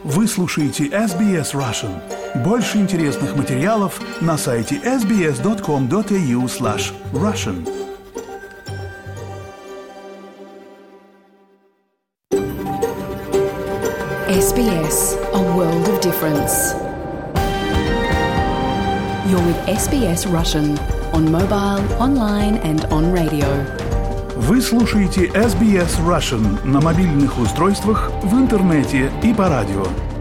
Вы слушаете SBS Russian. Больше интересных материалов на сайте sbs.com.au/russian. SBS, a world of difference. You're with SBS Russian on mobile, online and on radio. Вы слушаете SBS Russian на мобильных устройствах, в интернете и по радио.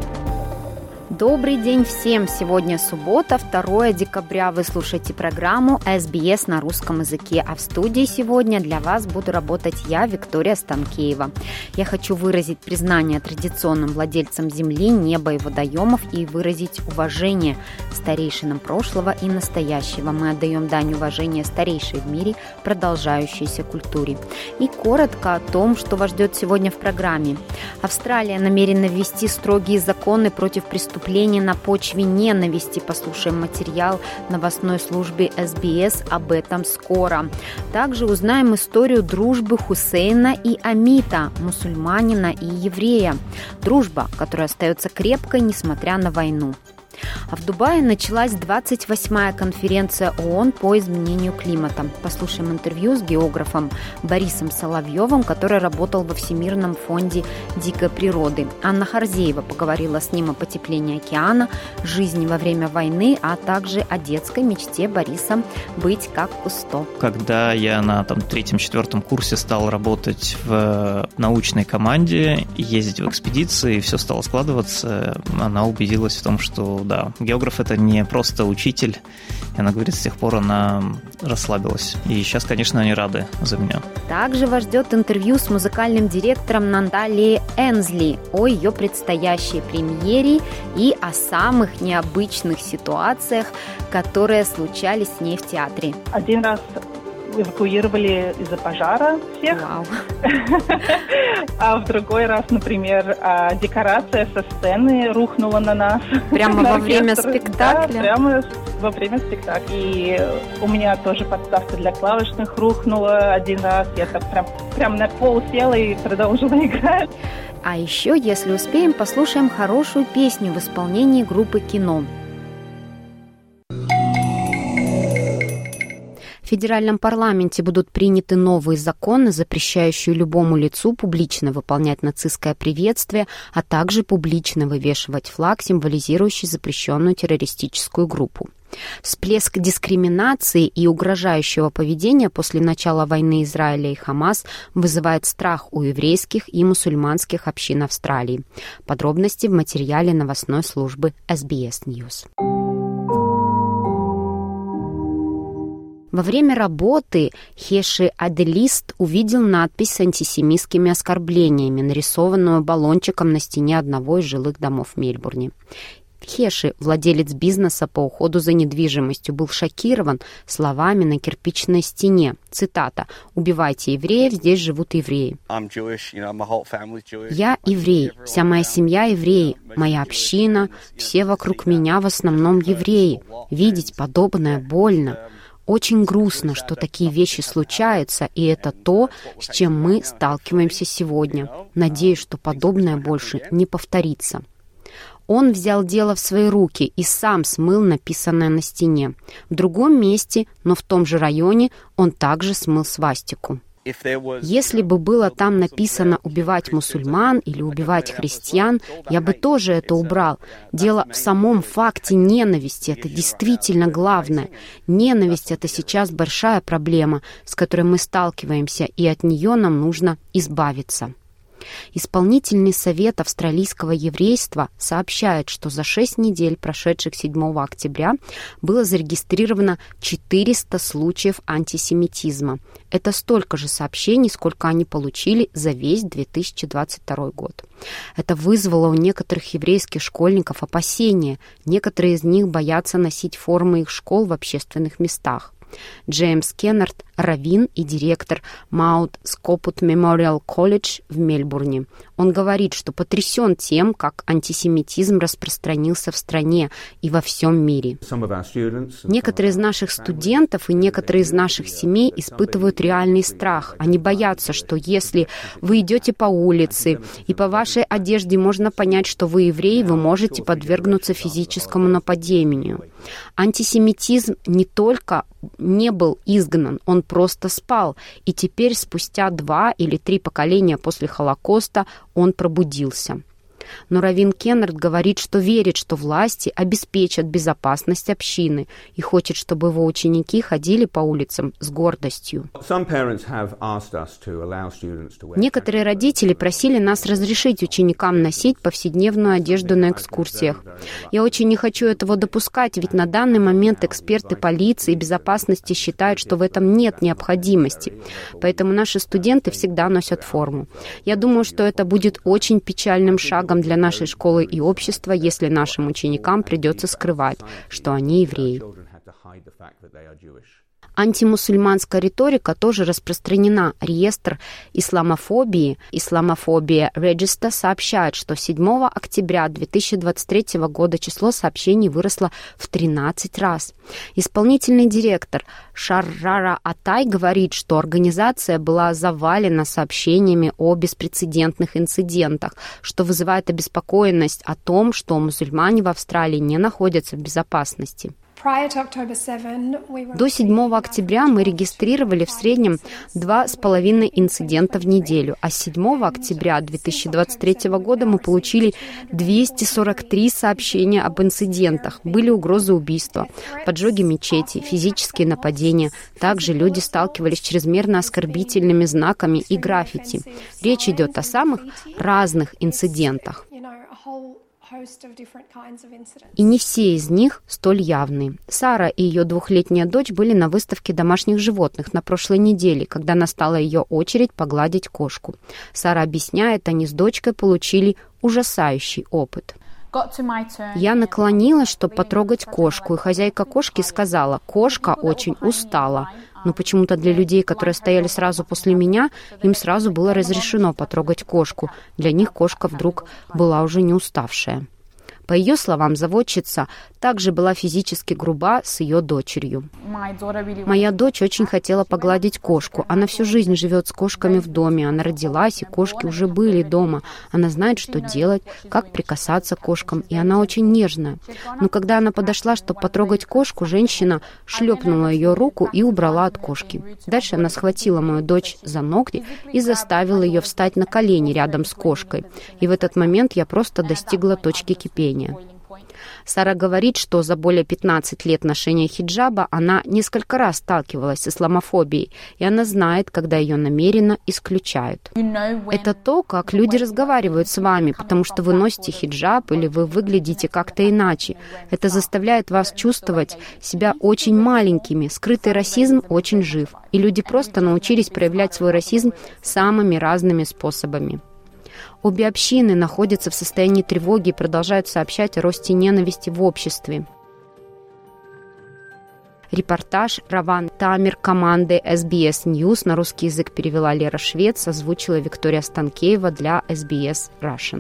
Добрый день всем! Сегодня суббота, 2 декабря. Вы слушаете программу SBS на русском языке. А в студии сегодня для вас буду работать я, Виктория Станкеева. Я хочу выразить признание традиционным владельцам земли, неба и водоемов и выразить уважение старейшинам прошлого и настоящего. Мы отдаем дань уважения старейшей в мире продолжающейся культуре. И коротко о том, что вас ждет сегодня в программе. Австралия намерена ввести строгие законы против преступлений на почве ненависти. Послушаем материал новостной службы SBS об этом скоро. Также узнаем историю дружбы Хусейна и Амита, мусульманина и еврея. Дружба, которая остается крепкой, несмотря на войну. А в Дубае началась 28-я конференция ООН по изменению климата. Послушаем интервью с географом Борисом Соловьевым, который работал во Всемирном фонде дикой природы. Анна Харзеева поговорила с ним о потеплении океана, жизни во время войны, а также о детской мечте Бориса быть как Кусто. Когда я на 3-4 курсе стал работать в научной команде, ездить в экспедиции, все стало складываться, она убедилась в том, что да, географ — это не просто учитель. И она говорит, с тех пор она расслабилась. И сейчас, конечно, они рады за меня. Также вас ждет интервью с музыкальным директором Нандали Энсли о ее предстоящей премьере и о самых необычных ситуациях, которые случались с ней в театре. Один раз эвакуировали из-за пожара всех. Вау. А в другой раз, например, декорация со сцены рухнула на нас. Прямо во время спектакля? Да, прямо во время спектакля. И у меня тоже подставка для клавишных рухнула один раз. Я так прям на пол села и продолжила играть. А еще, если успеем, послушаем хорошую песню в исполнении группы «Кино». В федеральном парламенте будут приняты новые законы, запрещающие любому лицу публично выполнять нацистское приветствие, а также публично вывешивать флаг, символизирующий запрещенную террористическую группу. Всплеск дискриминации и угрожающего поведения после начала войны Израиля и Хамас вызывает страх у еврейских и мусульманских общин Австралии. Подробности в материале новостной службы SBS News. Во время работы Хеши Аделист увидел надпись с антисемитскими оскорблениями, нарисованную баллончиком на стене одного из жилых домов в Мельбурне. Хеши, владелец бизнеса по уходу за недвижимостью, был шокирован словами на кирпичной стене. Цитата: «Убивайте евреев, здесь живут евреи». «Я еврей, вся моя семья евреи, моя община, все вокруг меня в основном евреи. Видеть подобное больно. Очень грустно, что такие вещи случаются, и это то, с чем мы сталкиваемся сегодня. Надеюсь, что подобное больше не повторится». Он взял дело в свои руки и сам смыл написанное на стене. В другом месте, но в том же районе, он также смыл свастику. Если бы было там написано «убивать мусульман» или «убивать христиан», я бы тоже это убрал. Дело в самом факте ненависти. Это действительно главное. Ненависть — это сейчас большая проблема, с которой мы сталкиваемся, и от нее нам нужно избавиться. Исполнительный совет австралийского еврейства сообщает, что за 6 недель, прошедших 7 октября, было зарегистрировано 400 случаев антисемитизма. Это столько же сообщений, сколько они получили за весь 2022 год. Это вызвало у некоторых еврейских школьников опасения. Некоторые из них боятся носить формы их школ в общественных местах. Джеймс Кеннард, раввин и директор Маунт Скопут Мемориал Колледж в Мельбурне. Он говорит, что потрясен тем, как антисемитизм распространился в стране и во всем мире. Некоторые из наших студентов и некоторые из наших семей испытывают реальный страх. Они боятся, что если вы идете по улице, и по вашей одежде можно понять, что вы еврей, вы можете подвергнуться физическому нападению. Антисемитизм не только не был изгнан, он просто спал. И теперь, спустя 2 или 3 поколения после Холокоста, он пробудился. Но раввин Кеннард говорит, что верит, что власти обеспечат безопасность общины и хочет, чтобы его ученики ходили по улицам с гордостью. Некоторые родители просили нас разрешить ученикам носить повседневную одежду на экскурсиях. Я очень не хочу этого допускать, ведь на данный момент эксперты полиции и безопасности считают, что в этом нет необходимости. Поэтому наши студенты всегда носят форму. Я думаю, что это будет очень печальным шагом для нашей школы и общества, если нашим ученикам придется скрывать, что они евреи. Антимусульманская риторика тоже распространена. Реестр исламофобии, Исламофобия Register, сообщает, что 7 октября 2023 года число сообщений выросло в 13 раз. Исполнительный директор Шаррара Атай говорит, что организация была завалена сообщениями о беспрецедентных инцидентах, что вызывает обеспокоенность о том, что мусульмане в Австралии не находятся в безопасности. До 7 октября мы регистрировали в среднем 2,5 инцидента в неделю, а с 7 октября 2023 года мы получили 243 сообщения об инцидентах. Были угрозы убийства, поджоги мечети, физические нападения. Также люди сталкивались с чрезмерно оскорбительными знаками и граффити. Речь идет о самых разных инцидентах. И не все из них столь явные. Сара и ее 2-летняя дочь были на выставке домашних животных на прошлой неделе, когда настала ее очередь погладить кошку. Сара объясняет, они с дочкой получили ужасающий опыт. Я наклонилась, чтобы потрогать кошку, и хозяйка кошки сказала: «Кошка очень устала». Но почему-то для людей, которые стояли сразу после меня, им сразу было разрешено потрогать кошку. Для них кошка вдруг была уже не уставшая. По ее словам, заводчица также была физически груба с ее дочерью. Моя дочь очень хотела погладить кошку. Она всю жизнь живет с кошками в доме. Она родилась, и кошки уже были дома. Она знает, что делать, как прикасаться к кошкам, и она очень нежная. Но когда она подошла, чтобы потрогать кошку, женщина шлепнула ее руку и убрала от кошки. Дальше она схватила мою дочь за ногти и заставила ее встать на колени рядом с кошкой. И в этот момент я просто достигла точки кипения. Сара говорит, что за более 15 лет ношения хиджаба она несколько раз сталкивалась с исламофобией, и она знает, когда ее намеренно исключают. Это то, как люди разговаривают с вами, потому что вы носите хиджаб или вы выглядите как-то иначе. Это заставляет вас чувствовать себя очень маленькими. Скрытый расизм очень жив, и люди просто научились проявлять свой расизм самыми разными способами. Обе общины находятся в состоянии тревоги и продолжают сообщать о росте ненависти в обществе. Репортаж Раван Тамир команды SBS News на русский язык перевела Лера Швец, озвучила Виктория Станкеева для SBS Russian.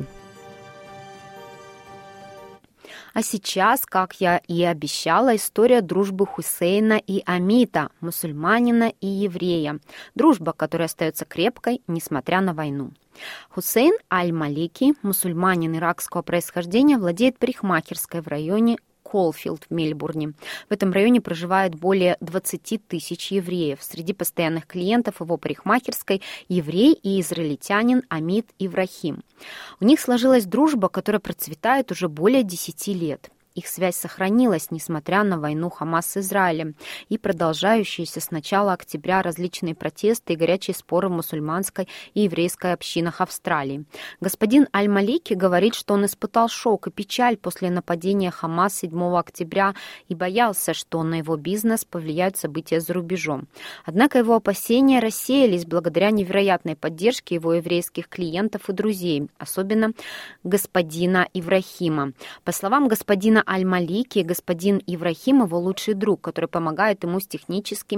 А сейчас, как я и обещала, история дружбы Хусейна и Амита, мусульманина и еврея. Дружба, которая остается крепкой, несмотря на войну. Хусейн Аль-Малики, мусульманин иракского происхождения, владеет парикмахерской в районе Колфилд в Мельбурне. В этом районе проживает более 20 тысяч евреев. Среди постоянных клиентов его парикмахерской еврей и израильтянин Амит Иврахим. У них сложилась дружба, которая процветает уже более 10 лет. Их связь сохранилась, несмотря на войну Хамас с Израилем и продолжающиеся с начала октября различные протесты и горячие споры в мусульманской и еврейской общинах Австралии. Господин Аль-Малики говорит, что он испытал шок и печаль после нападения Хамас 7 октября и боялся, что на его бизнес повлияют события за рубежом. Однако его опасения рассеялись благодаря невероятной поддержке его еврейских клиентов и друзей, особенно господина Иврахима. По словам господина Аль-Малики, господин Иврахим его лучший друг, который помогает ему с техническими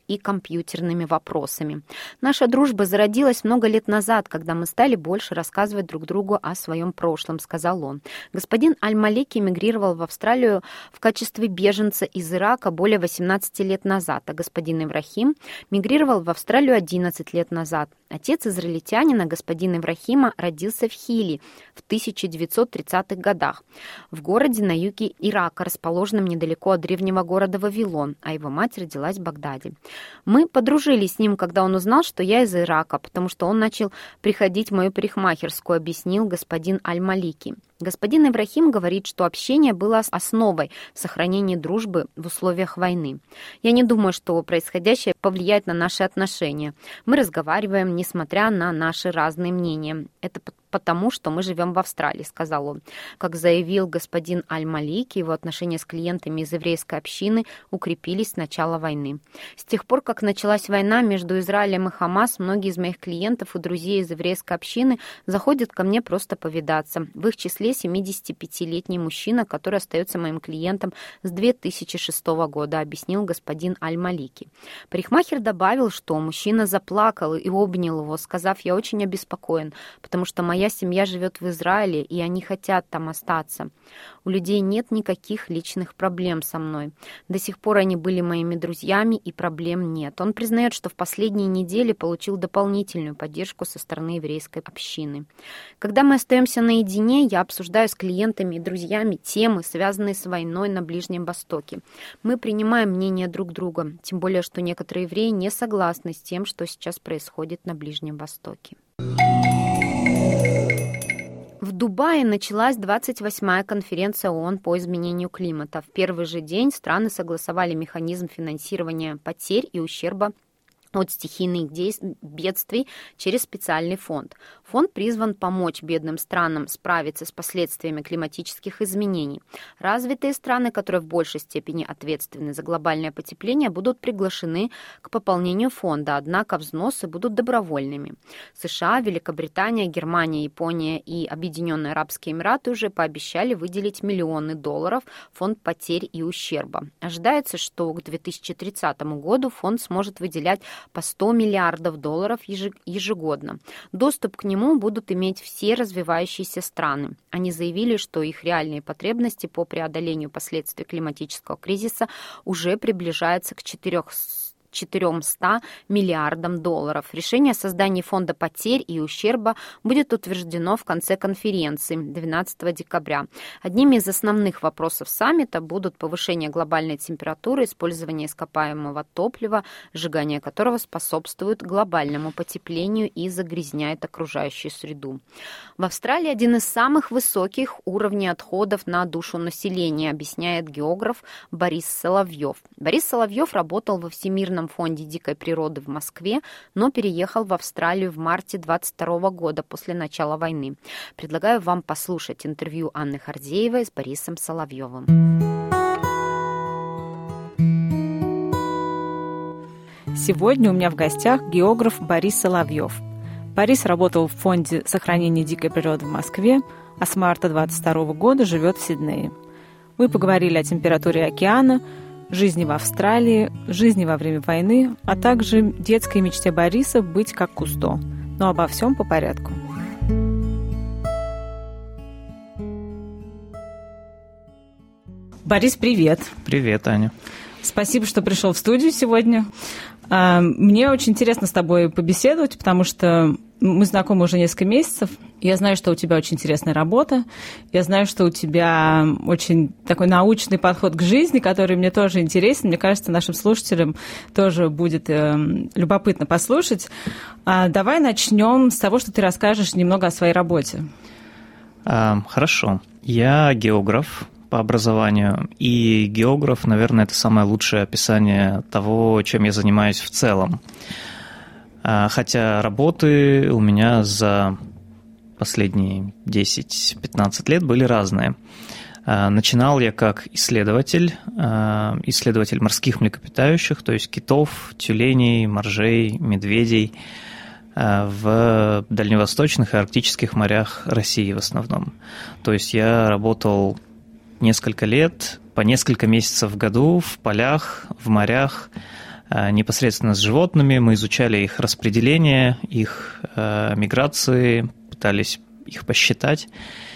и компьютерными вопросами. Наша дружба зародилась много лет назад, когда мы стали больше рассказывать друг другу о своем прошлом, сказал он. Господин Аль-Малики эмигрировал в Австралию в качестве беженца из Ирака более 18 лет назад, а господин Ибрахим мигрировал в Австралию 11 лет назад. Отец израильтянина, господин Ибрахима, родился в Хилли в 1930-х годах, в городе на юге Ирака, расположенном недалеко от древнего города Вавилон, а его мать родилась в Багдаде. Мы подружились с ним, когда он узнал, что я из Ирака, потому что он начал приходить в мою парикмахерскую, объяснил господин Аль-Малики. Господин Ибрахим говорит, что общение было основой сохранения дружбы в условиях войны. Я не думаю, что происходящее повлияет на наши отношения. Мы разговариваем, несмотря на наши разные мнения. Это потому, что мы живем в Австралии, сказал он. Как заявил господин Аль-Малики, его отношения с клиентами из еврейской общины укрепились с начала войны. С тех пор, как началась война между Израилем и Хамас, многие из моих клиентов и друзей из еврейской общины заходят ко мне просто повидаться. В их числе 75-летний мужчина, который остается моим клиентом с 2006 года, объяснил господин Аль-Малики. Парикмахер добавил, что мужчина заплакал и обнял его, сказав: «Я очень обеспокоен, потому что моя семья живет в Израиле, и они хотят там остаться. У людей нет никаких личных проблем со мной. До сих пор они были моими друзьями, и проблем нет». Он признает, что в последние недели получил дополнительную поддержку со стороны еврейской общины. Когда мы остаемся наедине, я обсуждаю с клиентами и друзьями темы, связанные с войной на Ближнем Востоке. Мы принимаем мнение друг друга, тем более, что некоторые евреи не согласны с тем, что сейчас происходит на Ближнем Востоке. В Дубае началась 28-я конференция ООН по изменению климата. В первый же день страны согласовали механизм финансирования потерь и ущерба от стихийных бедствий через специальный фонд. Фонд призван помочь бедным странам справиться с последствиями климатических изменений. Развитые страны, которые в большей степени ответственны за глобальное потепление, будут приглашены к пополнению фонда, однако взносы будут добровольными. США, Великобритания, Германия, Япония и Объединенные Арабские Эмираты уже пообещали выделить миллионы долларов в фонд потерь и ущерба. Ожидается, что к 2030 году фонд сможет выделять по 100 миллиардов долларов ежегодно. Доступ к нему будут иметь все развивающиеся страны. Они заявили, что их реальные потребности по преодолению последствий климатического кризиса уже приближаются к 400 миллиардам долларов. Решение о создании фонда потерь и ущерба будет утверждено в конце конференции 12 декабря. Одними из основных вопросов саммита будут повышение глобальной температуры, использование ископаемого топлива, сжигание которого способствует глобальному потеплению и загрязняет окружающую среду. В Австралии один из самых высоких уровней отходов на душу населения, объясняет географ Борис Соловьев. Борис Соловьев работал во Всемирном фонде дикой природы в Москве, но переехал в Австралию в марте 2022 года после начала войны. Предлагаю вам послушать интервью Анны Хардеевой с Борисом Соловьевым. Сегодня у меня в гостях географ Борис Соловьев. Борис работал в фонде сохранения дикой природы в Москве, а с марта 2022 года живет в Сиднее. Мы поговорили о температуре океана, жизни в Австралии, жизни во время войны, а также детской мечте Бориса быть как Кусто. Но обо всем по порядку. Борис, привет. Привет, Аня. Спасибо, что пришел в студию сегодня. Мне очень интересно с тобой побеседовать, потому что мы знакомы уже несколько месяцев. Я знаю, что у тебя очень интересная работа. Я знаю, что у тебя очень такой научный подход к жизни, который мне тоже интересен. Мне кажется, нашим слушателям тоже будет любопытно послушать. Давай начнем с того, что ты расскажешь немного о своей работе. Хорошо. Я географ по образованию, и географ, наверное, это самое лучшее описание того, чем я занимаюсь в целом. Хотя работы у меня за последние 10-15 лет были разные. Начинал я как исследователь морских млекопитающих, то есть китов, тюленей, моржей, медведей в дальневосточных и арктических морях России в основном. То есть я работал несколько лет, по несколько месяцев в году в полях, в морях, непосредственно с животными. Мы изучали их распределение, их миграции, пытались их посчитать.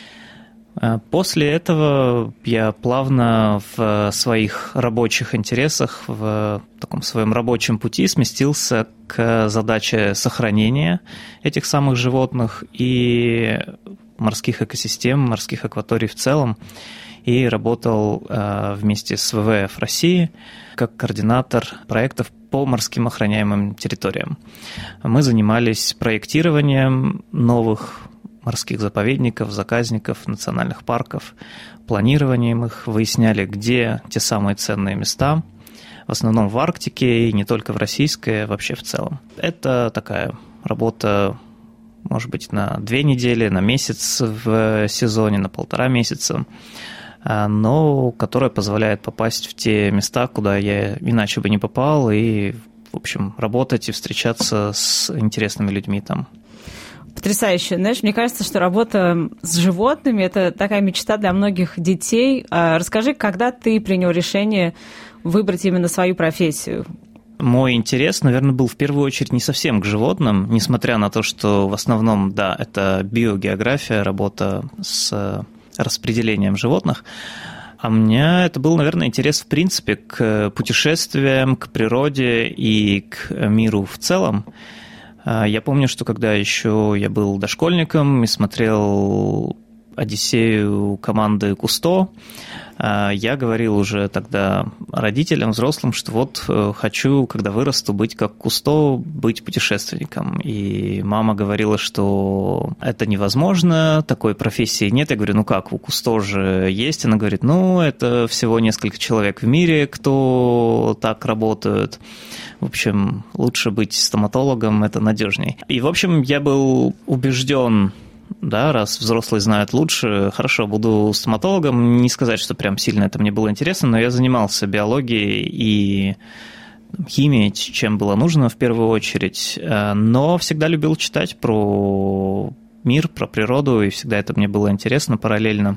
После этого я плавно в своих рабочих интересах, в таком своем рабочем пути сместился к задаче сохранения этих самых животных и морских экосистем, морских акваторий в целом, и работал вместе с ВВФ России как координатор проектов по морским охраняемым территориям. Мы занимались проектированием новых морских заповедников, заказников, национальных парков, планированием их, выясняли, где те самые ценные места, в основном в Арктике и не только в российской, а вообще в целом. Это такая работа, может быть, на 2 недели, на месяц в сезоне, на 1,5 месяца, но которая позволяет попасть в те места, куда я иначе бы не попал, и, в общем, работать и встречаться с интересными людьми там. Потрясающе. Знаешь, мне кажется, что работа с животными – это такая мечта для многих детей. Расскажи, когда ты принял решение выбрать именно свою профессию? Мой интерес, наверное, был в первую очередь не совсем к животным, несмотря на то, что в основном, да, это биогеография, работа с распределением животных. А у меня это был, наверное, интерес в принципе к путешествиям, к природе и к миру в целом. Я помню, что когда еще я был дошкольником и смотрел «Одиссею» команды Кусто, я говорил уже тогда родителям, взрослым, что вот хочу, когда вырасту, быть как Кусто, быть путешественником. И мама говорила, что это невозможно, такой профессии нет. Я говорю, ну как, у Кусто же есть. Она говорит, ну это всего несколько человек в мире, кто так работают. В общем, лучше быть стоматологом, это надежней. И, в общем, я был убежден, да, раз взрослые знают лучше, хорошо, буду стоматологом. Не сказать, что прям сильно это мне было интересно, но я занимался биологией и химией, чем было нужно в первую очередь, но всегда любил читать про мир, про природу, и всегда это мне было интересно параллельно.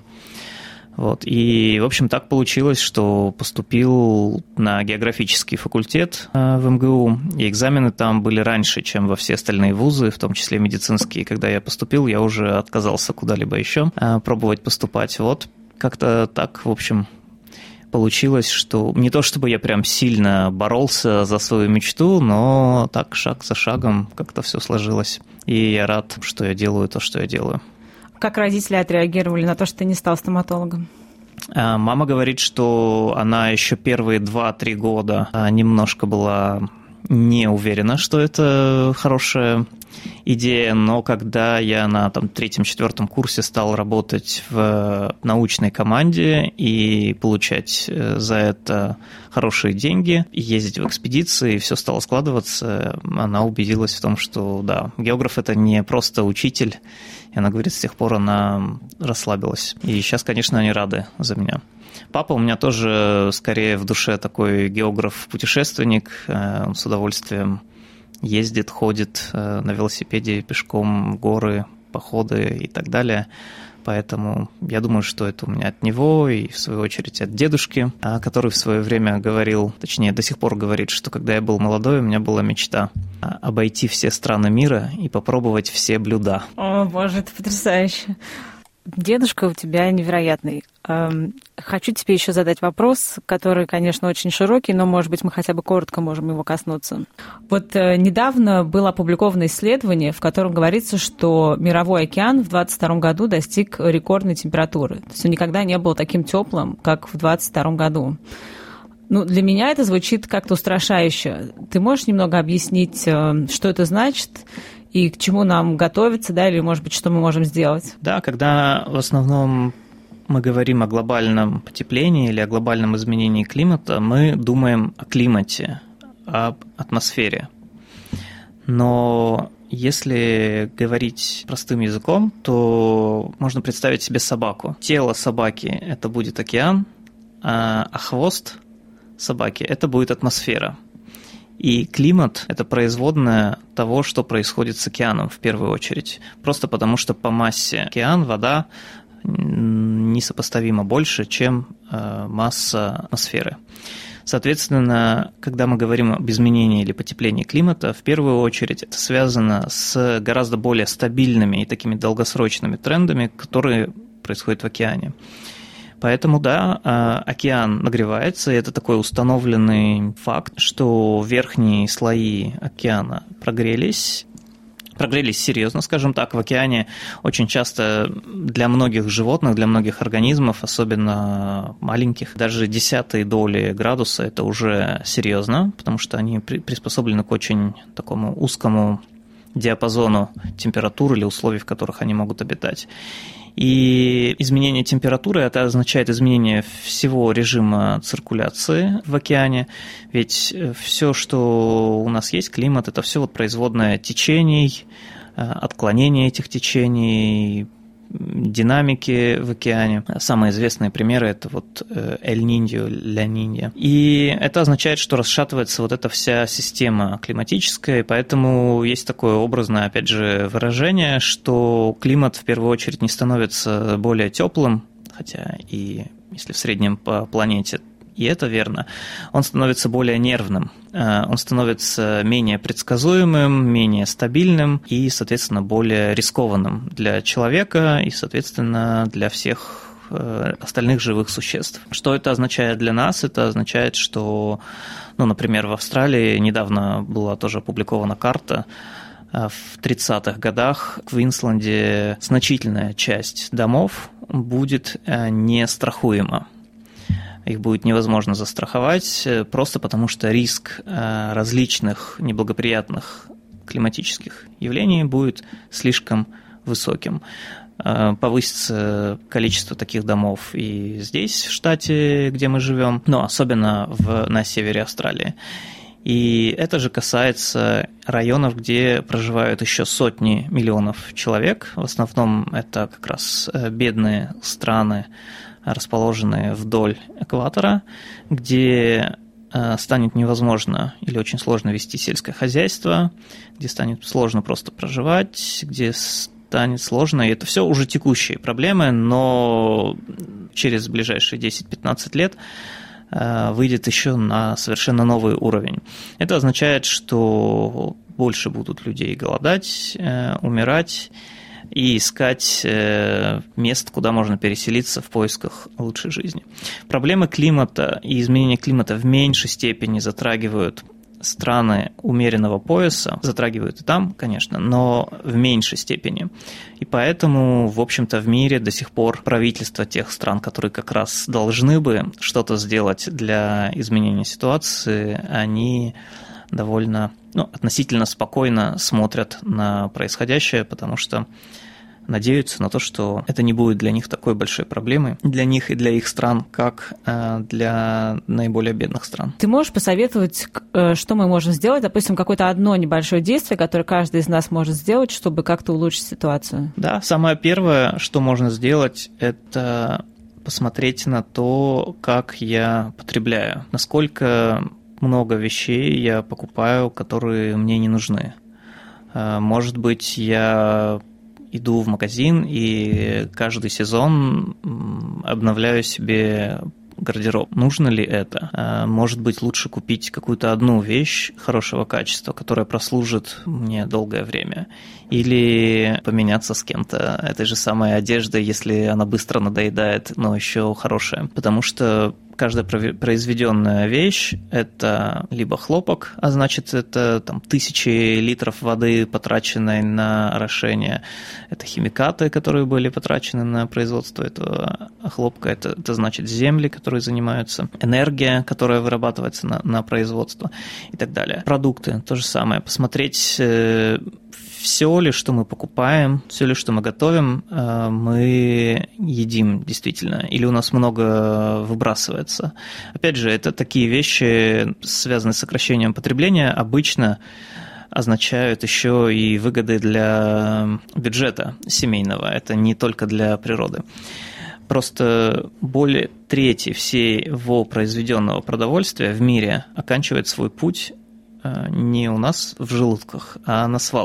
Вот. И, в общем, так получилось, что поступил на географический факультет в МГУ, и экзамены там были раньше, чем во все остальные вузы, в том числе медицинские. Когда я поступил, я уже отказался куда-либо еще пробовать поступать. Вот как-то так, в общем, получилось, что не то чтобы я прям сильно боролся за свою мечту, но так шаг за шагом как-то все сложилось. И я рад, что я делаю то, что я делаю. Как родители отреагировали на то, что ты не стал стоматологом? Мама говорит, что она еще первые 2-3 года немножко была не уверена, что это хорошая идея, но когда я на 3-4 курсе стал работать в научной команде и получать за это хорошие деньги, ездить в экспедиции, все стало складываться, она убедилась в том, что да, географ – это не просто учитель, и она говорит, с тех пор она расслабилась. И сейчас, конечно, они рады за меня. Папа у меня тоже скорее в душе такой географ-путешественник, он с удовольствием ездит, ходит на велосипеде, пешком в горы, походы и так далее. Поэтому я думаю, что это у меня от него и, в свою очередь, от дедушки, который в свое время говорил, точнее, до сих пор говорит, что когда я был молодой, у меня была мечта обойти все страны мира и попробовать все блюда. О, боже, это потрясающе. Дедушка у тебя невероятный. Хочу тебе еще задать вопрос, который, конечно, очень широкий, но, может быть, мы хотя бы коротко можем его коснуться. Вот недавно было опубликовано исследование, в котором говорится, что мировой океан в 2022 году достиг рекордной температуры. То есть он никогда не был таким теплым, как в 2022 году. Ну, для меня это звучит как-то устрашающе. Ты можешь немного объяснить, что это значит и к чему нам готовиться, да, или, может быть, что мы можем сделать? Да, когда в основном мы говорим о глобальном потеплении или о глобальном изменении климата, мы думаем о климате, об атмосфере. Но если говорить простым языком, то можно представить себе собаку. Тело собаки – это будет океан, а хвост собаки – это будет атмосфера. И климат – это производная того, что происходит с океаном в первую очередь. Просто потому, что по массе океан, вода несопоставимо больше, чем масса атмосферы. Соответственно, когда мы говорим об изменении или потеплении климата, в первую очередь это связано с гораздо более стабильными и такими долгосрочными трендами, которые происходят в океане. Поэтому, да, океан нагревается, и это такой установленный факт, что верхние слои океана прогрелись серьезно, скажем так. В океане очень часто для многих животных, для многих организмов, особенно маленьких, даже 0,1 доли градуса – это уже серьезно, потому что они приспособлены к очень такому узкому диапазону температур или условий, в которых они могут обитать. И изменение температуры – это означает изменение всего режима циркуляции в океане, ведь все, что у нас есть, климат – это все производное течений, отклонение этих течений, динамики в океане. Самые известные примеры – это Эль-Ниньо, Ля-Нинья. И это означает, что расшатывается эта вся система климатическая, и поэтому есть такое образное, опять же, выражение, что климат в первую очередь не становится более теплым, хотя и если в среднем по планете, и это верно, он становится более нервным, он становится менее предсказуемым, менее стабильным и, соответственно, более рискованным для человека и, соответственно, для всех остальных живых существ. Что это означает для нас? Это означает, что, например, в Австралии недавно была тоже опубликована карта. В 30-х годах в Квинсленде значительная часть домов будет нестрахуема. Их будет невозможно застраховать, просто потому что риск различных неблагоприятных климатических явлений будет слишком высоким. Повысится количество таких домов и здесь, в штате, где мы живем, но особенно на севере Австралии. И это же касается районов, где проживают еще сотни миллионов человек. В основном это как раз бедные страны, расположенные вдоль экватора, где станет невозможно или очень сложно вести сельское хозяйство, где станет сложно просто проживать, где станет сложно, и это все уже текущие проблемы, но через ближайшие 10-15 лет выйдет еще на совершенно новый уровень. Это означает, что больше будут людей голодать, умирать, и искать мест, куда можно переселиться в поисках лучшей жизни. Проблемы климата и изменения климата в меньшей степени затрагивают страны умеренного пояса, затрагивают и там, конечно, но в меньшей степени. И поэтому, в общем-то, в мире до сих пор правительства тех стран, которые как раз должны бы что-то сделать для изменения ситуации, они довольно, относительно спокойно смотрят на происходящее, потому что надеются на то, что это не будет для них такой большой проблемой, для них и для их стран, как для наиболее бедных стран. Ты можешь посоветовать, что мы можем сделать, допустим, какое-то одно небольшое действие, которое каждый из нас может сделать, чтобы как-то улучшить ситуацию? Да, самое первое, что можно сделать, это посмотреть на то, как я потребляю, насколько много вещей я покупаю, которые мне не нужны. Может быть, я иду в магазин и каждый сезон обновляю себе гардероб. Нужно ли это? Может быть, лучше купить какую-то одну вещь хорошего качества, которая прослужит мне долгое время. Или поменяться с кем-то этой же самой одеждой, если она быстро надоедает, но еще хорошая. Потому что каждая произведенная вещь – это либо хлопок, а значит, это тысячи литров воды, потраченной на орошение, это химикаты, которые были потрачены на производство этого хлопка, это значит земли, которые занимаются, энергия, которая вырабатывается на производство и так далее. Продукты – то же самое. Посмотреть, все ли, что мы покупаем, все ли, что мы готовим, мы едим действительно, или у нас много выбрасывается. Опять же, это такие вещи, связанные с сокращением потребления, обычно означают еще и выгоды для бюджета семейного, это не только для природы. Просто более трети всего произведенного продовольствия в мире оканчивает свой путь не у нас в желудках, а на свалке.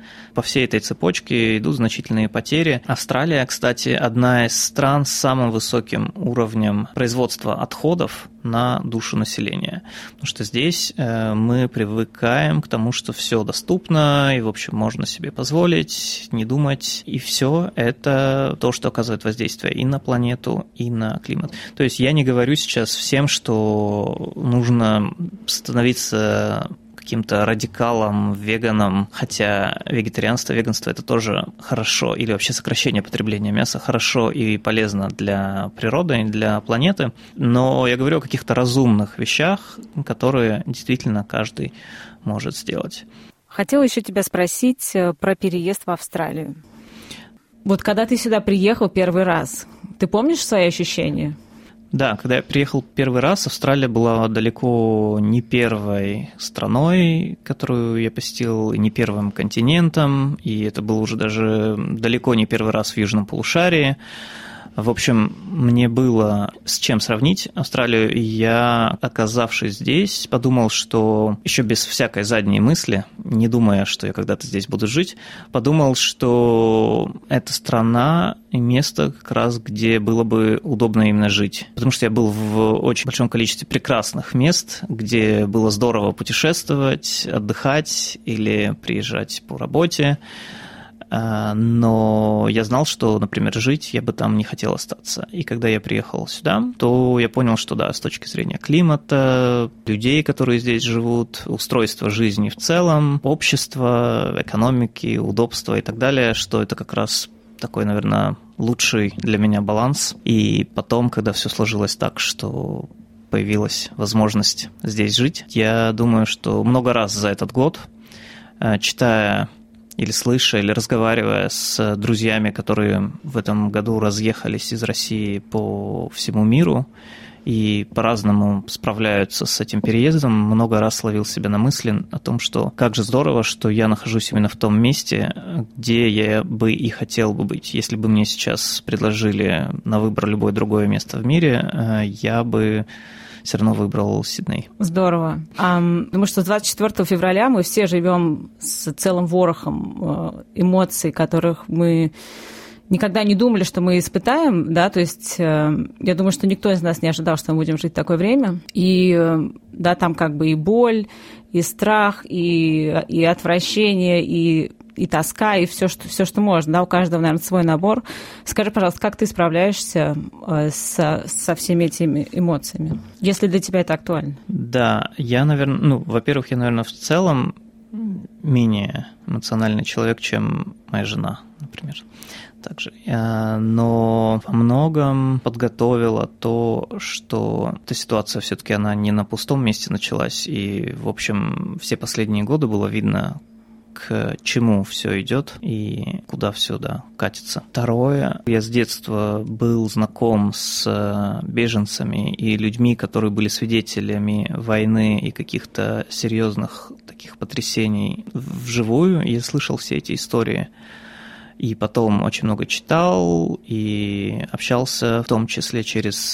По всей этой цепочке идут значительные потери. Австралия, кстати, одна из стран с самым высоким уровнем производства отходов на душу населения. Потому что здесь мы привыкаем к тому, что все доступно, и, в общем, можно себе позволить, не думать. И все это то, что оказывает воздействие и на планету, и на климат. То есть я не говорю сейчас всем, что нужно становиться каким-то радикалом, веганом, хотя вегетарианство, веганство – это тоже хорошо, или вообще сокращение потребления мяса хорошо и полезно для природы и для планеты, но я говорю о каких-то разумных вещах, которые действительно каждый может сделать. Хотела еще тебя спросить про переезд в Австралию. Вот когда ты сюда приехал первый раз, ты помнишь свои ощущения? Да, когда я приехал первый раз, Австралия была далеко не первой страной, которую я посетил, и не первым континентом, и это был уже даже далеко не первый раз в Южном полушарии. В общем, мне было с чем сравнить Австралию, и я, оказавшись здесь, подумал, что еще без всякой задней мысли, не думая, что я когда-то здесь буду жить, подумал, что эта страна и место как раз, где было бы удобно именно жить. Потому что я был в очень большом количестве прекрасных мест, где было здорово путешествовать, отдыхать или приезжать по работе. Но я знал, что, например, жить я бы там не хотел остаться. И когда я приехал сюда, то я понял, что да, с точки зрения климата, людей, которые здесь живут, устройства жизни в целом, общества, экономики, удобства и так далее, что это как раз такой, наверное, лучший для меня баланс. И потом, когда все сложилось так, что появилась возможность здесь жить, я думаю, что много раз за этот год, читая или слыша, или разговаривая с друзьями, которые в этом году разъехались из России по всему миру и по-разному справляются с этим переездом, много раз ловил себя на мысли о том, что как же здорово, что я нахожусь именно в том месте, где я бы и хотел бы быть. Если бы мне сейчас предложили на выбор любое другое место в мире, я бы все равно выбрал Сидней. Здорово. Потому что 24 февраля мы все живем с целым ворохом эмоций, которых мы никогда не думали, что мы испытаем, да, то есть я думаю, что никто из нас не ожидал, что мы будем жить в такое время, и да, там как бы и боль, и страх, и отвращение, и тоска, и все, что можно, да, у каждого, наверное, свой набор. Скажи, пожалуйста, как ты справляешься со всеми этими эмоциями, если для тебя это актуально? Да, я, наверное, во-первых, я, наверное, в целом менее эмоциональный человек, чем моя жена, например. Также. Но во многом подготовила то, что эта ситуация все-таки она не на пустом месте началась, и, в общем, все последние годы было видно, к чему все идет и куда все, да, катится. Второе, я с детства был знаком с беженцами и людьми, которые были свидетелями войны и каких-то серьезных таких потрясений вживую. Я слышал все эти истории. И потом очень много читал и общался, в том числе через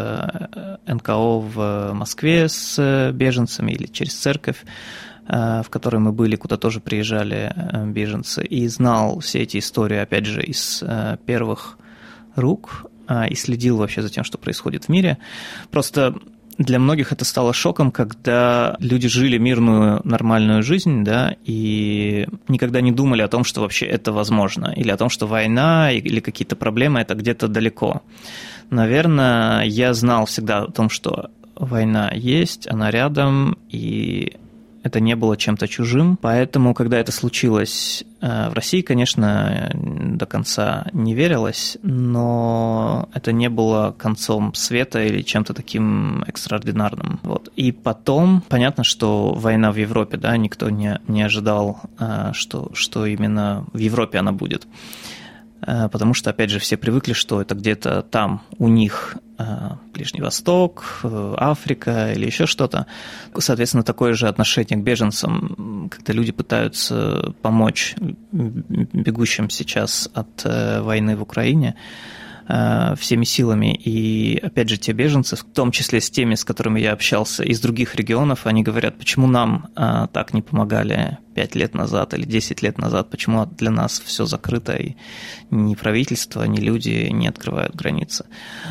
НКО в Москве с беженцами или через церковь, в которой мы были, куда тоже приезжали беженцы, и знал все эти истории, опять же, из первых рук, и следил вообще за тем, что происходит в мире. Просто для многих это стало шоком, когда люди жили мирную, нормальную жизнь, да, и никогда не думали о том, что вообще это возможно, или о том, что война или какие-то проблемы – это где-то далеко. Наверное, я знал всегда о том, что война есть, она рядом, и это не было чем-то чужим. Поэтому, когда это случилось в России, конечно, до конца не верилось, но это не было концом света или чем-то таким экстраординарным. Вот. И потом, понятно, что война в Европе, да, никто не ожидал, что именно в Европе она будет. Потому что, опять же, все привыкли, что это где-то там у них Ближний Восток, Африка или еще что-то. Соответственно, такое же отношение к беженцам, когда люди пытаются помочь бегущим сейчас от войны в Украине. всеми силами. И, опять же, те беженцы, в том числе с теми, с которыми я общался из других регионов, они говорят, почему нам так не помогали 5 лет назад или 10 лет назад, почему для нас все закрыто, и ни правительство, ни люди не открывают границы.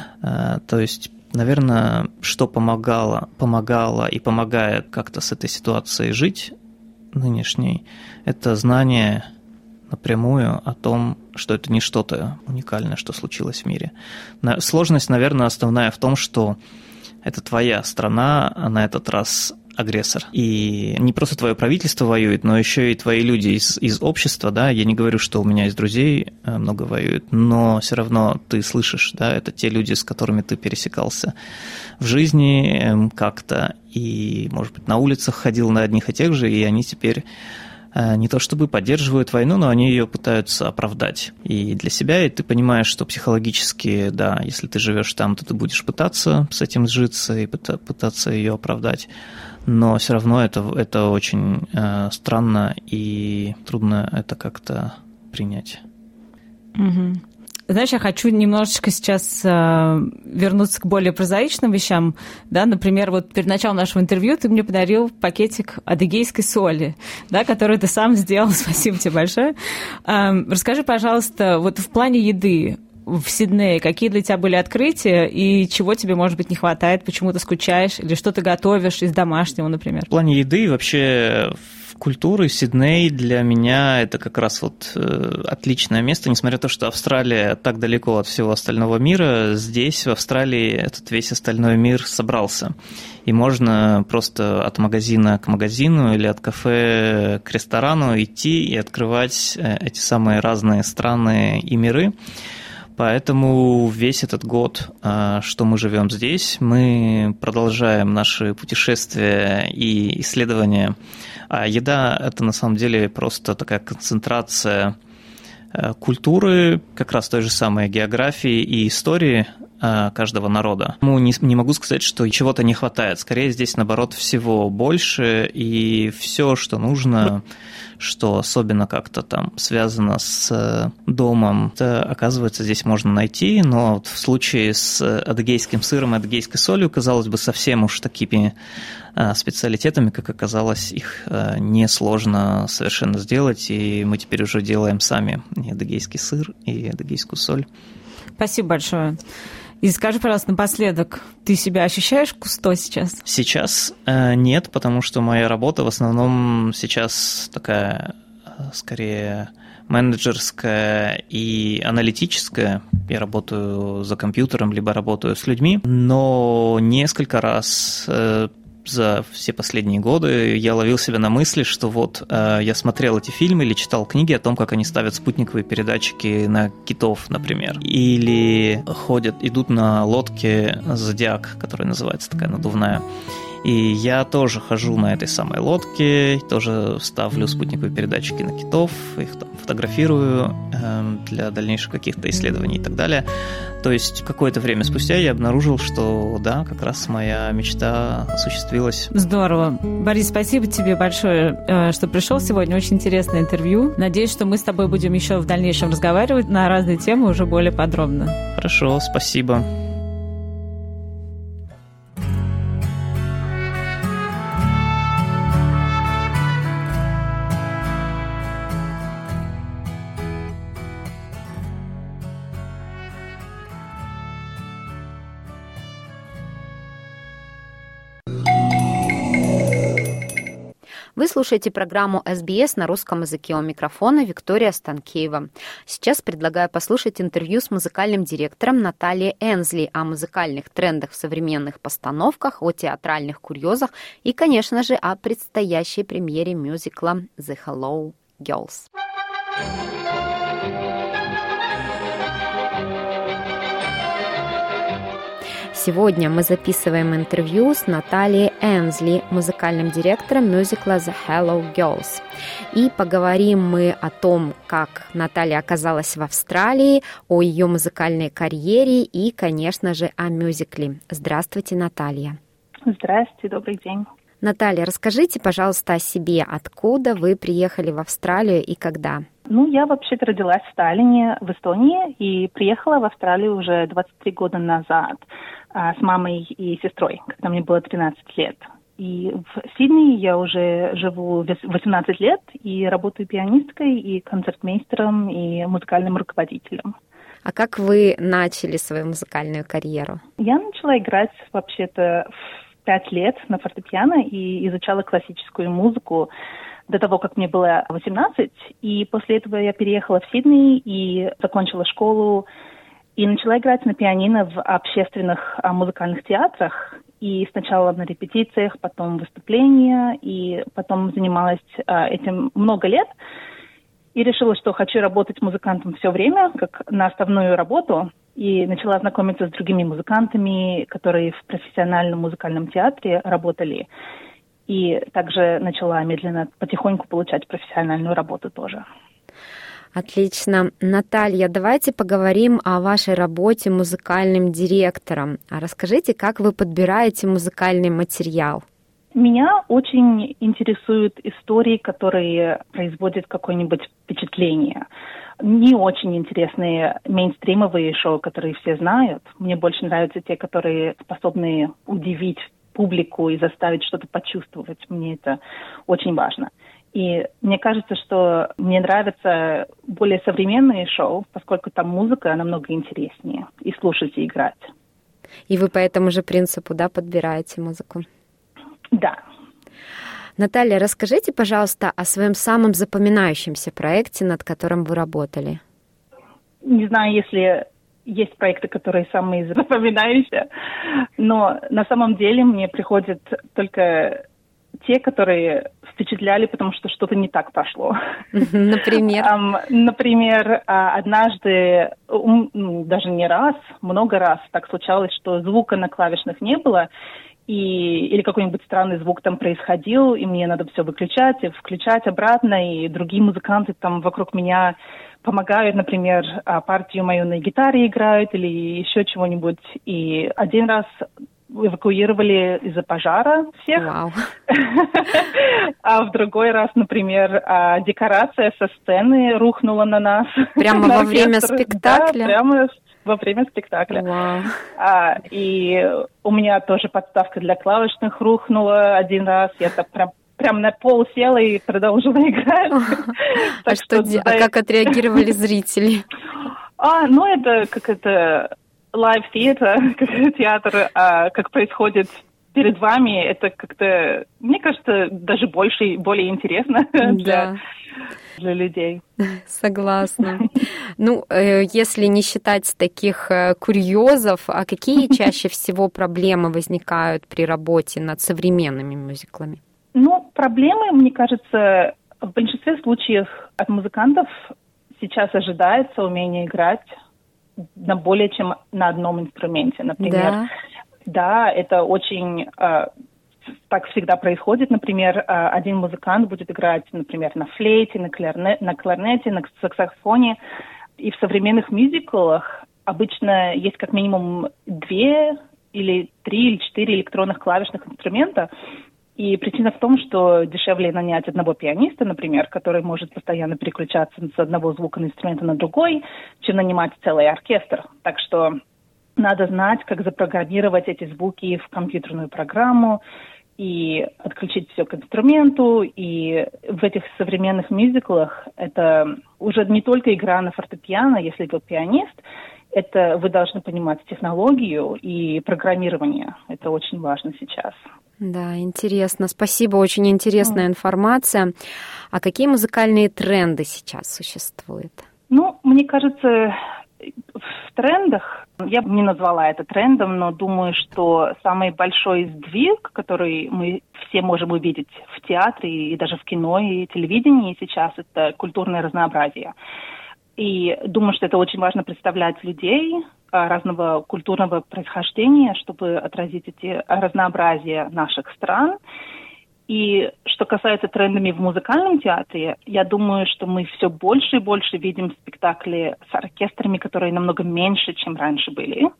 То есть, наверное, что помогало и помогает как-то с этой ситуацией жить нынешней, это знание напрямую о том, что это не что-то уникальное, что случилось в мире. Сложность, наверное, основная в том, что это твоя страна, а на этот раз агрессор. И не просто твое правительство воюет, но еще и твои люди из общества, да, я не говорю, что у меня из друзей много воюют, но все равно ты слышишь, да, это те люди, с которыми ты пересекался в жизни как-то, и, может быть, на улицах ходил на одних и тех же, и они теперь не то чтобы поддерживают войну, но они ее пытаются оправдать и для себя, и ты понимаешь, что психологически, да, если ты живешь там, то ты будешь пытаться с этим сжиться и пытаться ее оправдать, но все равно это очень странно и трудно это как-то принять. Угу. Знаешь, я хочу немножечко сейчас вернуться к более прозаичным вещам. Да? Например, вот перед началом нашего интервью ты мне подарил пакетик адыгейской соли, да, который ты сам сделал. Спасибо тебе большое. Расскажи, пожалуйста, вот в плане еды в Сиднее какие для тебя были открытия и чего тебе, может быть, не хватает, почему ты скучаешь или что ты готовишь из домашнего, например? В плане еды вообще культуры Сидней для меня это как раз вот отличное место, несмотря на то, что Австралия так далеко от всего остального мира, здесь, в Австралии, этот весь остальной мир собрался. И можно просто от магазина к магазину или от кафе к ресторану идти и открывать эти самые разные страны и миры. Поэтому весь этот год, что мы живем здесь, мы продолжаем наши путешествия и исследования. А еда – это на самом деле просто такая концентрация культуры, как раз той же самой географии и истории каждого народа. Не могу сказать, что чего-то не хватает. Скорее, здесь, наоборот, всего больше, и все, что нужно, что особенно как-то там связано с домом, это, оказывается, здесь можно найти, но вот в случае с адыгейским сыром и адыгейской солью, казалось бы, совсем уж такими специалитетами, как оказалось, их несложно совершенно сделать, и мы теперь уже делаем сами и адыгейский сыр, и адыгейскую соль. Спасибо большое. И скажи, пожалуйста, напоследок, ты себя ощущаешь кусто сейчас? Сейчас нет, потому что моя работа в основном сейчас такая, скорее, менеджерская и аналитическая. Я работаю за компьютером, либо работаю с людьми, но несколько раз за все последние годы я ловил себя на мысли, что вот я смотрел эти фильмы или читал книги о том, как они ставят спутниковые передатчики на китов, например, или идут на лодке «Зодиак», которая называется, такая надувная. И я тоже хожу на этой самой лодке, тоже ставлю спутниковые передатчики на китов, их там фотографирую для дальнейших каких-то исследований и так далее. То есть какое-то время спустя я обнаружил, что да, как раз моя мечта осуществилась. Здорово. Борис, спасибо тебе большое, что пришел сегодня. Очень интересное интервью. Надеюсь, что мы с тобой будем еще в дальнейшем разговаривать на разные темы уже более подробно. Хорошо, спасибо. Вы слушаете программу SBS на русском языке. У микрофона Виктория Станкеева. Сейчас предлагаю послушать интервью с музыкальным директором Натальей Энсли о музыкальных трендах в современных постановках, о театральных курьезах и, конечно же, о предстоящей премьере мюзикла «The Hello Girls». Сегодня мы записываем интервью с Натальей Энсли, музыкальным директором мюзикла «The Hello Girls». И поговорим мы о том, как Наталья оказалась в Австралии, о ее музыкальной карьере и, конечно же, о мюзикле. Здравствуйте, Наталья. Здравствуйте, добрый день. Наталья, расскажите, пожалуйста, о себе. Откуда вы приехали в Австралию и когда? Я вообще-то родилась в Таллине, в Эстонии, и приехала в Австралию уже 23 года назад с мамой и сестрой, когда мне было 13 лет. И в Сиднее я уже живу 18 лет и работаю пианисткой, и концертмейстером, и музыкальным руководителем. А как вы начали свою музыкальную карьеру? Я начала играть вообще-то в 5 лет на фортепиано и изучала классическую музыку до того, как мне было 18. И после этого я переехала в Сидней и закончила школу и начала играть на пианино в общественных музыкальных театрах. И сначала на репетициях, потом выступления, и потом занималась этим много лет. И решила, что хочу работать музыкантом все время, как на основную работу. И начала знакомиться с другими музыкантами, которые в профессиональном музыкальном театре работали. И также начала медленно, потихоньку получать профессиональную работу тоже. Отлично. Наталья, давайте поговорим о вашей работе музыкальным директором. Расскажите, как вы подбираете музыкальный материал? Меня очень интересуют истории, которые производят какое-нибудь впечатление. Не очень интересные мейнстримовые шоу, которые все знают. Мне больше нравятся те, которые способны удивить публику и заставить что-то почувствовать. Мне это очень важно. И мне кажется, что мне нравятся более современные шоу, поскольку там музыка намного интереснее и слушать, и играть. И вы по этому же принципу, подбираете музыку? Да. Наталья, расскажите, пожалуйста, о своем самом запоминающемся проекте, над которым вы работали. Не знаю, если есть проекты, которые самые запоминающиеся, но на самом деле мне приходят только те, которые впечатляли, потому что что-то не так прошло. Например? Например, однажды, даже не раз, много раз так случалось, что звука на клавишных не было, или какой-нибудь странный звук там происходил, и мне надо все выключать и включать обратно, и другие музыканты там вокруг меня помогают, например, партию мою на гитаре играют или еще чего-нибудь. И один раз эвакуировали из-за пожара всех. Вау. А в другой раз, например, декорация со сцены рухнула на нас. Прямо во время спектакля? Да, прямо во время спектакля. Вау. И у меня тоже подставка для клавишных рухнула один раз. Я так прям на пол села и продолжила играть. А как отреагировали зрители? Это лайв-театр, театр, как происходит перед вами, это как-то, мне кажется, даже более интересно для людей. Согласна. Если не считать таких курьезов, а какие чаще всего проблемы возникают при работе над современными мюзиклами? Проблемы, мне кажется, в большинстве случаев от музыкантов сейчас ожидается умение играть на более чем на одном инструменте. Например, да, это очень так всегда происходит. Например, один музыкант будет играть, например, на флейте, на кларнете, на саксофоне. И в современных мюзиклах обычно есть как минимум 2 или 3 или 4 электронных клавишных инструмента. И причина в том, что дешевле нанять одного пианиста, например, который может постоянно переключаться с одного звука на инструмента на другой, чем нанимать целый оркестр. Так что надо знать, как запрограммировать эти звуки в компьютерную программу и отключить все к инструменту. И в этих современных мюзиклах это уже не только игра на фортепиано, если вы пианист, это вы должны понимать технологию и программирование. Это очень важно сейчас. Да, интересно. Спасибо, очень интересная информация. А какие музыкальные тренды сейчас существуют? Мне кажется, в трендах, я бы не назвала это трендом, но думаю, что самый большой сдвиг, который мы все можем увидеть в театре и даже в кино и телевидении сейчас, это культурное разнообразие. И думаю, что это очень важно представлять людей разного культурного происхождения, чтобы отразить эти разнообразия наших стран. И что касается трендами в музыкальном театре, я думаю, что мы все больше и больше видим спектакли с оркестрами, которые намного меньше, чем раньше были.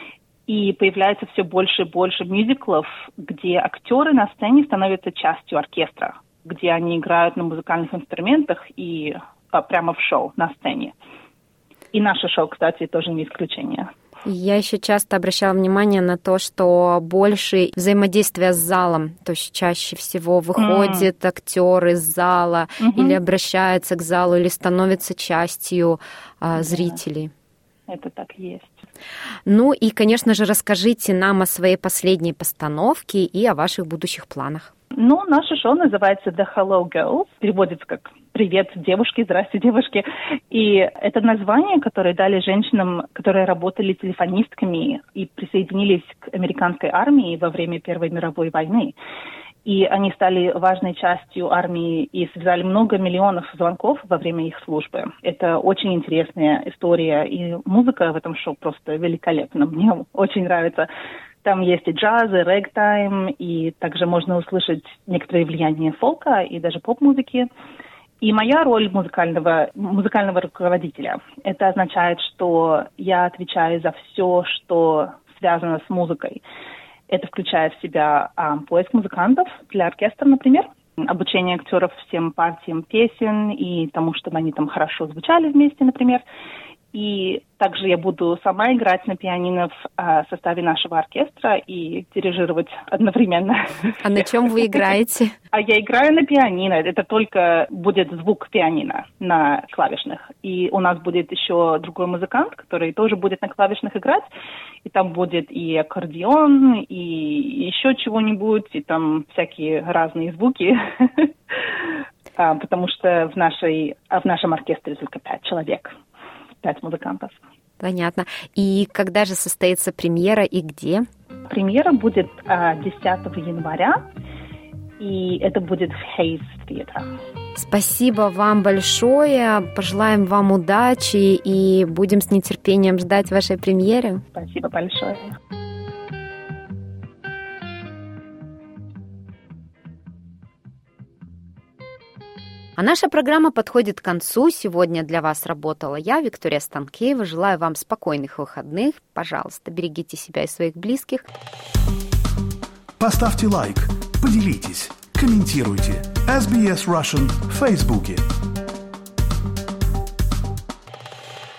И появляется все больше и больше мюзиклов, где актеры на сцене становятся частью оркестра, где они играют на музыкальных инструментах и прямо в шоу, на сцене. И наше шоу, кстати, тоже не исключение. Я еще часто обращала внимание на то, что больше взаимодействия с залом, то есть чаще всего выходят актеры из зала или обращаются к залу, или становятся частью зрителей. Это так и есть. Ну и, конечно же, расскажите нам о своей последней постановке и о ваших будущих планах. Ну, наше шоу называется The Hello Girls, переводится как «Привет, девушки», «Здрасте, девушки». И это название, которое дали женщинам, которые работали телефонистками и присоединились к американской армии во время Первой мировой войны. И они стали важной частью армии и связали много миллионов звонков во время их службы. Это очень интересная история, и музыка в этом шоу просто великолепна. Мне очень нравится. Там есть и джаз, и рэгтайм, и также можно услышать некоторые влияния фолка и даже поп-музыки. И моя роль музыкального руководителя, это означает, что я отвечаю за все, что связано с музыкой. Это включает в себя поиск музыкантов для оркестра, например, обучение актеров всем партиям песен и тому, чтобы они там хорошо звучали вместе, например. И также я буду сама играть на пианино в составе нашего оркестра и дирижировать одновременно. А на чем вы играете? А я играю на пианино. Это только будет звук пианино на клавишных. И у нас будет еще другой музыкант, который тоже будет на клавишных играть. И там будет и аккордеон, и еще чего-нибудь, и там всякие разные звуки. Потому что в нашем оркестре только 5 человек. 5 музыкантов. Понятно. И когда же состоится премьера и где? Премьера будет 10 января, и это будет в Hayes Theatre. Спасибо вам большое. Пожелаем вам удачи и будем с нетерпением ждать вашей премьеры. Спасибо большое. А наша программа подходит к концу. Сегодня для вас работала я, Виктория Станкеева. Желаю вам спокойных выходных. Пожалуйста, берегите себя и своих близких. Поставьте лайк, поделитесь, комментируйте. SBS Russian в Фейсбуке.